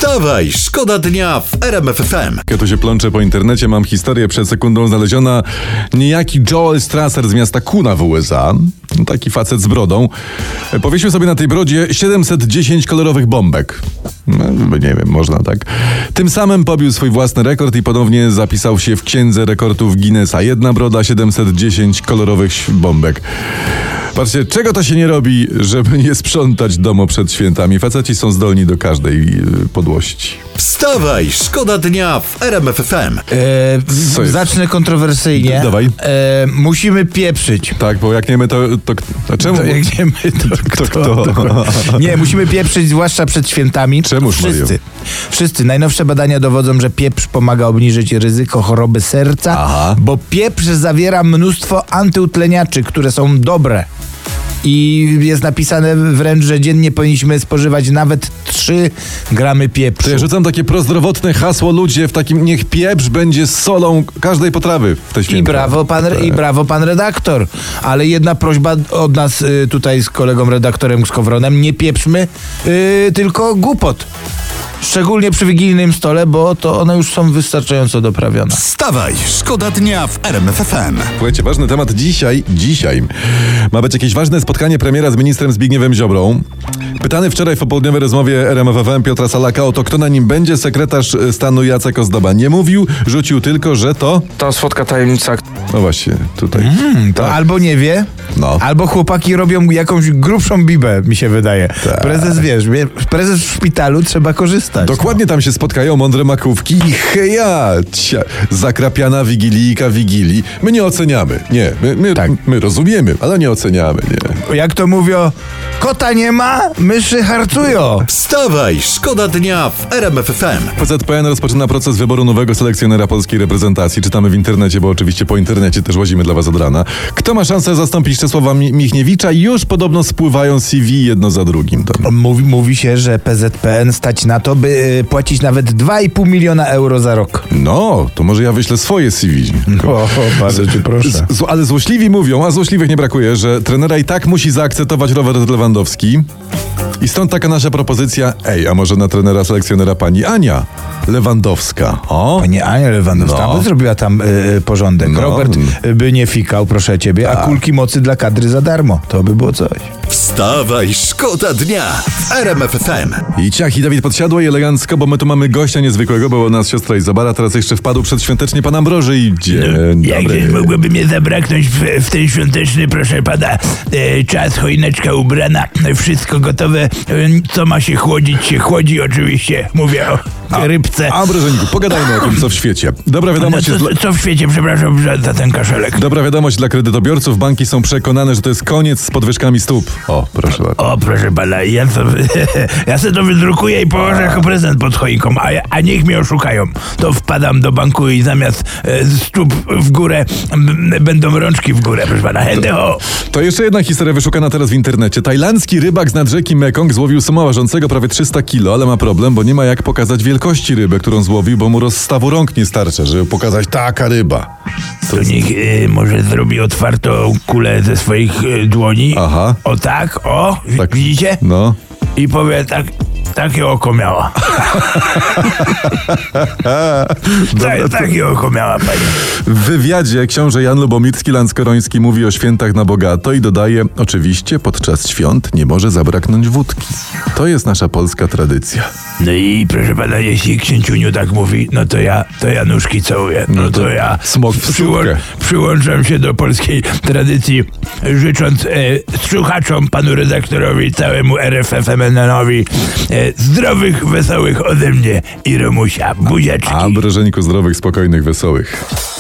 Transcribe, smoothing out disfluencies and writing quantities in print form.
Wstawaj, szkoda dnia w RMF FM. Ja tu się plączę po internecie, mam historię przed sekundą znaleziona. Niejaki Joel Strasser z miasta Kuna w USA, taki facet z brodą, powiesił sobie na tej brodzie 710 kolorowych bombek. No, nie wiem, można tak. Tym samym pobił swój własny rekord i ponownie zapisał się w księdze rekordów Guinnessa. Jedna broda, 710 kolorowych bombek. Patrzcie, czego to się nie robi, żeby nie sprzątać domu przed świętami. Faceci są zdolni do każdej podłości. Wstawaj, szkoda dnia w RMF FM. Zacznę kontrowersyjnie. Dawaj. Musimy pieprzyć. Tak, bo jak nie my, to czemu? To jak nie my, to kto? Nie, musimy pieprzyć, zwłaszcza przed świętami. Czemuż, Wszyscy. Najnowsze badania dowodzą, że pieprz pomaga obniżyć ryzyko choroby serca, bo pieprz zawiera mnóstwo antyutleniaczy, które są dobre. I jest napisane wręcz, że dziennie powinniśmy spożywać nawet 3 gramy pieprzu. To ja rzucam takie prozdrowotne hasło, ludzie, w takim niech pieprz będzie solą każdej potrawy w te święta. I brawo pan redaktor. Ale jedna prośba od nas tutaj z kolegą redaktorem Skowronem, nie pieprzmy tylko głupot. Szczególnie przy wigilijnym stole, bo to one już są wystarczająco doprawione. Wstawaj, szkoda dnia w RMF FM. Słuchajcie, ważny temat dzisiaj ma być jakieś ważne spotkanie premiera z ministrem Zbigniewem Ziobrą. Pytany wczoraj w popołudniowej rozmowie RMF FM Piotra Salaka o to, kto na nim będzie, sekretarz stanu Jacek Ozdoba nie mówił, rzucił tylko, że to słodka tajemnica. No właśnie, tutaj. To albo nie wie, albo chłopaki robią jakąś grubszą bibę, mi się wydaje. Tak. Prezes w szpitalu, trzeba korzystać. Dokładnie, tam się spotkają mądre makówki i heja, zakrapiana wigilijka wigilii. My nie oceniamy, nie, my rozumiemy, ale nie oceniamy, nie. Jak to mówią, kota nie ma, myszy harcują. Wstawaj, szkoda dnia w RMF FM. PZPN rozpoczyna proces wyboru nowego selekcjonera polskiej reprezentacji. Czytamy w internecie, bo oczywiście po internecie też łazimy dla was od rana. Kto ma szansę zastąpić Czesława Michniewicza? Już podobno spływają CV jedno za drugim. Mówi się, że PZPN stać na to, by płacić nawet 2,5 miliona euro za rok. No, to może ja wyślę swoje CV. Bardzo cię proszę. Ale złośliwi mówią, a złośliwych nie brakuje, że trenera i tak musi zaakceptować Robert Lewandowski. I stąd taka nasza propozycja, a może na trenera selekcjonera pani Ania Lewandowska. Pani Ania Lewandowska by zrobiła tam porządek. Robert by nie fikał, proszę ciebie, a kulki mocy dla kadry za darmo. To by było coś. Wstawaj, szkoda dnia w RMF FM. I ciach, i Dawid podsiadło i elegancko, bo my tu mamy gościa niezwykłego, bo u nas siostra Izabela, teraz jeszcze wpadł przedświątecznie pan Ambroży i Jakże mogłoby mnie zabraknąć w ten świąteczny, proszę pana, czas, choineczka ubrana, wszystko gotowe, co ma się chłodzić, się chłodzi oczywiście, mówię o rybce. Ambrożeniku, pogadajmy o tym, co w świecie. Dobra wiadomość co w świecie, przepraszam za ten kaszelek. Dobra wiadomość dla kredytobiorców, banki są przekonane, że to jest koniec z podwyżkami stóp. Proszę bardzo. O, proszę pana, ja sobie to wydrukuję i położę jako prezent pod choinką, a niech mnie oszukają. To wpadam do banku i zamiast stóp w górę będą rączki w górę, proszę pana. To jeszcze jedna historia wyszukana teraz w internecie. Tajlandzki rybak z nad rzeki Mekong złowił suma ważącego prawie 300 kilo, ale ma problem, bo nie ma jak pokazać wielkości ryby, którą złowił, bo mu rozstawu rąk nie starcza, żeby pokazać taka ryba. To niech może zrobi otwartą kulę ze swoich dłoni. O tak, widzicie? No. I powie takie oko miała. Takie oko miała pani. W wywiadzie książę Jan Lubomirski Lanskoroński mówi o świętach na bogato i dodaje, oczywiście podczas świąt nie może zabraknąć wódki. To jest nasza polska tradycja. No i proszę pana, jeśli księciuniu tak mówi, no to ja nóżki całuję. No to ja smok w słupkę. Przyłączam się do polskiej tradycji, życząc słuchaczom, panu redaktorowi, całemu RFFMN-owi zdrowych, wesołych ode mnie i Romusia. Buziaczki. Ambrożeniku, zdrowych, spokojnych, wesołych.